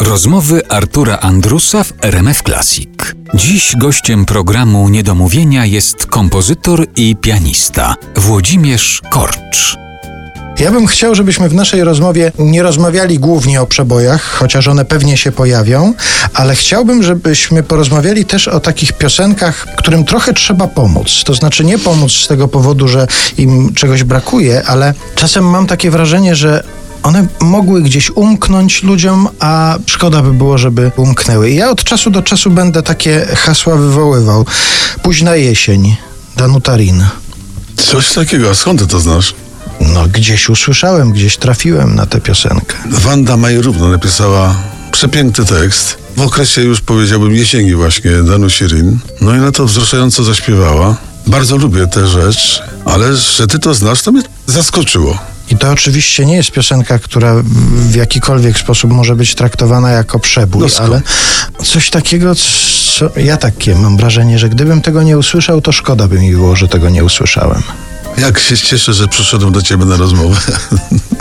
Rozmowy Artura Andrusa w RMF Classic. Dziś gościem programu Niedomówienia jest kompozytor i pianista Włodzimierz Korcz. Ja bym chciał, żebyśmy w naszej rozmowie nie rozmawiali głównie o przebojach, chociaż one pewnie się pojawią, ale chciałbym, żebyśmy porozmawiali też o takich piosenkach, którym trochę trzeba pomóc. To znaczy nie pomóc z tego powodu, że im czegoś brakuje, ale czasem mam takie wrażenie, że one mogły gdzieś umknąć ludziom, a szkoda by było, żeby umknęły. I ja od czasu do czasu będę takie hasła wywoływał. Późna jesień, Danuta Rin. Coś takiego, a skąd ty to znasz? No, gdzieś usłyszałem, gdzieś trafiłem na tę piosenkę. Wanda Majrówna napisała przepiękny tekst. W okresie już powiedziałbym jesieni właśnie Danusi Rin. No i na to wzruszająco zaśpiewała. Bardzo lubię tę rzecz, ale że ty to znasz, to mnie zaskoczyło. I to oczywiście nie jest piosenka, która w jakikolwiek sposób może być traktowana jako przebój, No skąd? ale coś takiego, co ja takie mam wrażenie, że gdybym tego nie usłyszał, to szkoda by mi było, że tego nie usłyszałem. Jak się cieszę, że przyszedłem do ciebie na rozmowę.